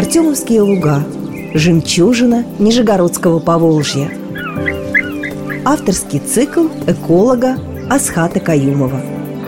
Артемовские луга. Жемчужина Нижегородского Поволжья. Авторский цикл эколога Асхата Каюмова.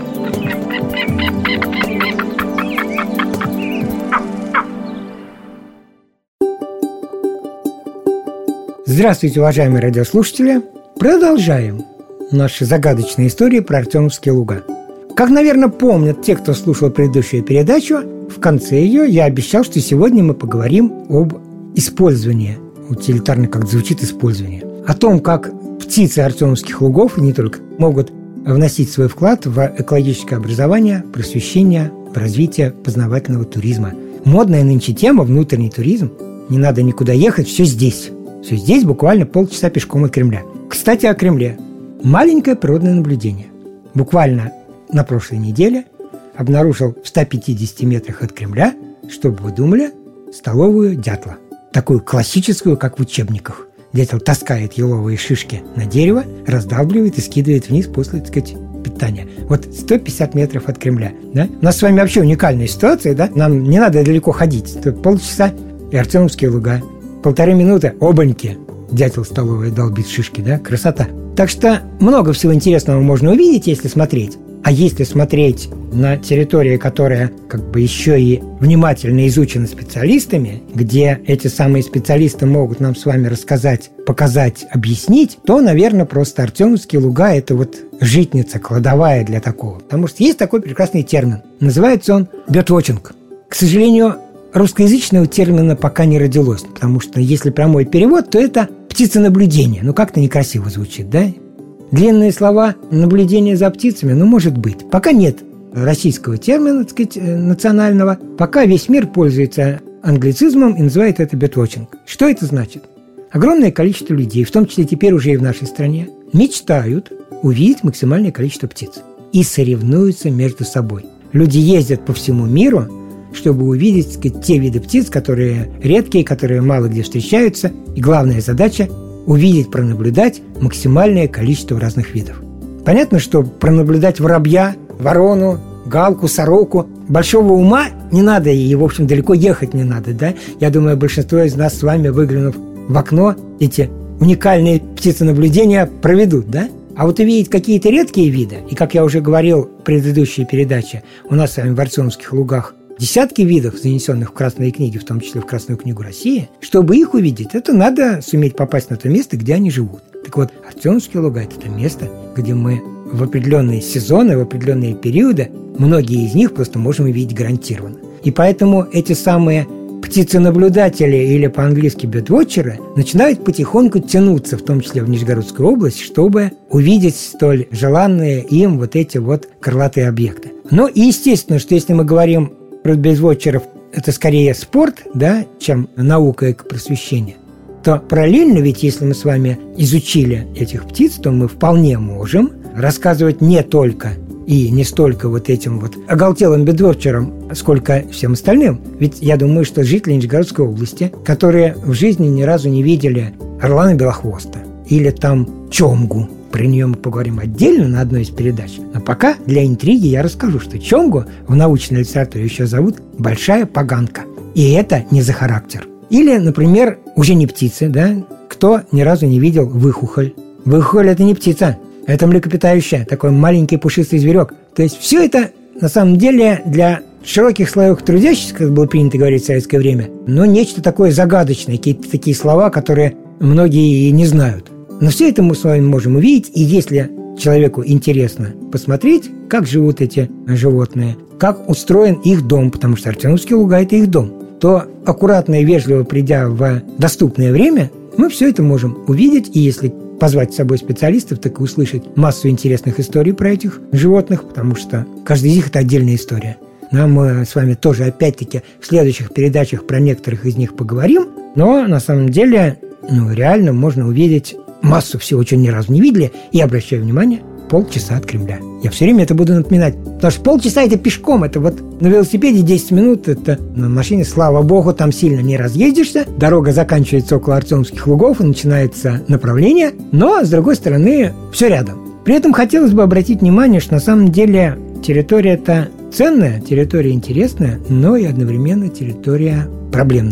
Здравствуйте, уважаемые радиослушатели! Продолжаем наши загадочные истории про Артемовские луга. Как, наверное, помнят те, кто слушал предыдущую передачу, в конце ее я обещал, что сегодня мы поговорим об использовании, утилитарно как звучит использование, о том, как птицы Артемовских лугов, и не только, могут вносить свой вклад в экологическое образование, просвещение, в развитие познавательного туризма. Модная нынче тема – внутренний туризм. Не надо никуда ехать, все здесь. Все здесь, буквально полчаса пешком от Кремля. Кстати, о Кремле. Маленькое природное наблюдение. Буквально на прошлой неделе обнаружил в 150 метрах от Кремля, что бы вы думали, столовую дятла. Такую классическую, как в учебниках. Дятел таскает еловые шишки на дерево, раздавливает и скидывает вниз после, так сказать, питания. Вот 150 метров от Кремля. Да? У нас с вами вообще уникальная ситуация, да? Нам не надо далеко ходить. Полчаса и Артемовские луга. 1,5 минуты – обоньки. Дятел столовой долбит шишки, да? Красота. Так что много всего интересного можно увидеть, если смотреть. А если смотреть на территории, которая как бы еще и внимательно изучена специалистами, где эти самые специалисты могут нам с вами рассказать, показать, объяснить, то, наверное, просто Артемовские луга – это вот житница, кладовая для такого. Потому что есть такой прекрасный термин. Называется он «бёрдвотчинг». К сожалению, русскоязычного термина пока не родилось, потому что если прямой перевод, то это птиценаблюдение. Ну, как-то некрасиво звучит, да? Длинные слова «наблюдение за птицами», ну, может быть. Пока нет российского термина, так сказать, национального. Пока весь мир пользуется англицизмом и называет это «бёрдвотчинг». Что это значит? Огромное количество людей, в том числе теперь уже и в нашей стране, мечтают увидеть максимальное количество птиц и соревнуются между собой. Люди ездят по всему миру, чтобы увидеть, так сказать, те виды птиц, которые редкие, которые мало где встречаются. И главная задача – увидеть, пронаблюдать максимальное количество разных видов. Понятно, что пронаблюдать воробья, ворону, галку, сороку большого ума не надо, и, в общем, далеко ехать не надо, да? Я думаю, большинство из нас с вами, выглянув в окно, эти уникальные птиценаблюдения проведут, да? А вот увидеть какие-то редкие виды, и, как я уже говорил в предыдущей передаче, у нас с вами в Артемовских лугах десятки видов, занесенных в Красные книги, в том числе в Красную книгу России. Чтобы их увидеть, это надо суметь попасть на то место, где они живут. Так вот, Артемовские луга – это то место, где мы в определенные сезоны, в определенные периоды, многие из них просто можем увидеть гарантированно. И поэтому эти самые птиценаблюдатели, или по-английски бёрдвотчеры, начинают потихоньку тянуться, в том числе в Нижегородскую область, чтобы увидеть столь желанные им вот эти вот крылатые объекты. Ну и естественно, что если мы говорим про бёрдвотчеров, это скорее спорт, да, чем наука и просвещение, то параллельно, ведь если мы с вами изучили этих птиц, то мы вполне можем рассказывать не только и не столько вот этим вот оголтелым бёрдвотчерам, сколько всем остальным. Ведь я думаю, что жители Нижегородской области, которые в жизни ни разу не видели орлана белохвоста или там чомгу, про нее мы поговорим отдельно на одной из передач. Но пока для интриги я расскажу, что чомгу в научной литературе еще зовут большая поганка. И это не за характер. Или, например, уже не птицы, да? Кто ни разу не видел выхухоль? Выхухоль – это не птица, это млекопитающее, такой маленький пушистый зверек. То есть все это на самом деле для широких слоев трудящихся, как было принято говорить в советское время, но нечто такое загадочное, какие-то такие слова, которые многие и не знают. Но все это мы с вами можем увидеть, и если человеку интересно посмотреть, как живут эти животные, как устроен их дом, потому что Артемовские луга – это их дом, то аккуратно и вежливо придя в доступное время, мы все это можем увидеть, и если позвать с собой специалистов, так и услышать массу интересных историй про этих животных, потому что каждый из них – это отдельная история. Мы с вами тоже, опять-таки, в следующих передачах про некоторых из них поговорим, но на самом деле реально можно увидеть массу всего, чего ни разу не видели, и, обращаю внимание, полчаса от Кремля. Я все время это буду напоминать, потому что полчаса – это пешком, это вот на велосипеде 10 минут, это на машине, слава богу, там сильно не разъездишься, дорога заканчивается около Артемовских лугов и начинается направление, но, с другой стороны, все рядом. При этом хотелось бы обратить внимание, что на самом деле территория-то ценная, территория интересная, но и одновременно территория проблемная.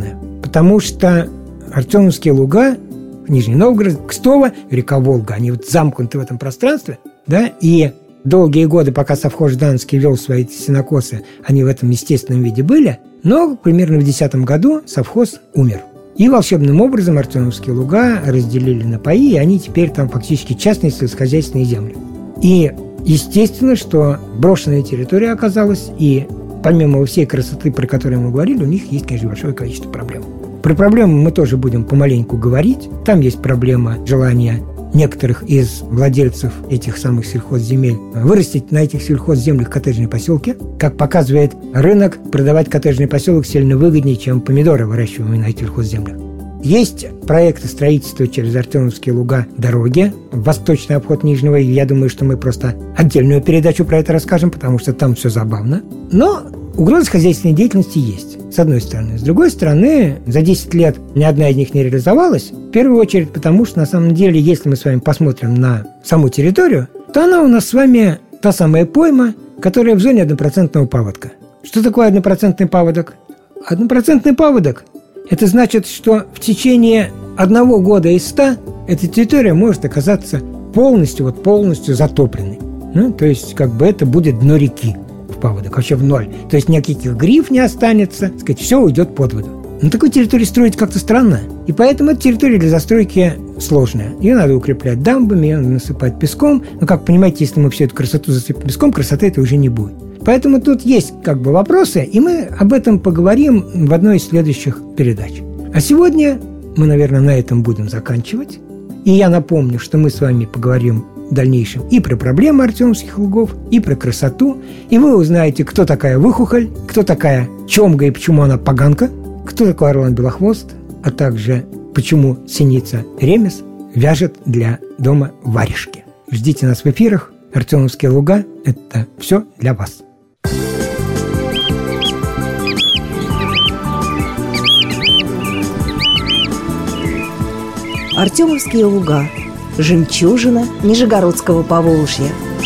потому что Артемовские луга, Нижний Новгород, Кстово, река Волга, они вот замкнуты в этом пространстве, да, и долгие годы, пока совхоз Жданский вел свои сенокосы, они в этом естественном виде были, но примерно в 10 году совхоз умер. И волшебным образом Артемовские луга разделили на паи, и они теперь там фактически частные сельскохозяйственные земли. И естественно, что брошенная территория оказалась, и помимо всей красоты, про которую мы говорили, у них есть, конечно, большое количество проблем. Про проблемы мы тоже будем помаленьку говорить. Там есть проблема желания некоторых из владельцев этих самых сельхозземель вырастить на этих сельхозземлях коттеджные поселки. Как показывает рынок, продавать коттеджный поселок сильно выгоднее, чем помидоры, выращиваемые на этих сельхозземлях. Есть проекты строительства через Артемовские луга дороги в восточный обход Нижнего, и я думаю, что мы просто отдельную передачу про это расскажем, потому что там все забавно. Но угроза хозяйственной деятельности есть, с одной стороны. С другой стороны, за 10 лет ни одна из них не реализовалась, в первую очередь потому, что на самом деле, если мы с вами посмотрим на саму территорию, то она у нас с вами та самая пойма, которая в зоне 1% паводка. Что такое 1% паводок? 1% паводок – это значит, что в течение 1 года из 100 эта территория может оказаться полностью затопленной. Ну, то есть, как бы это будет дно реки в паводок, вообще в ноль. То есть, никаких гриф не останется, так сказать, все уйдет под воду. На такой территории строить как-то странно. И поэтому эта территория для застройки сложная. Ее надо укреплять дамбами, ее надо насыпать песком. Но, как понимаете, если мы всю эту красоту засыпем песком, красоты это уже не будет. Поэтому тут есть как бы вопросы, и мы об этом поговорим в одной из следующих передач. А сегодня мы, наверное, на этом будем заканчивать. И я напомню, что мы с вами поговорим в дальнейшем и про проблемы Артемовских лугов, и про красоту. И вы узнаете, кто такая Выхухоль, кто такая Чомга и почему она поганка, кто такой Орлан Белохвост, а также почему синица Ремес вяжет для дома варежки. Ждите нас в эфирах. Артемовские луга – это все для вас. Артемовские луга – жемчужина Нижегородского Поволжья.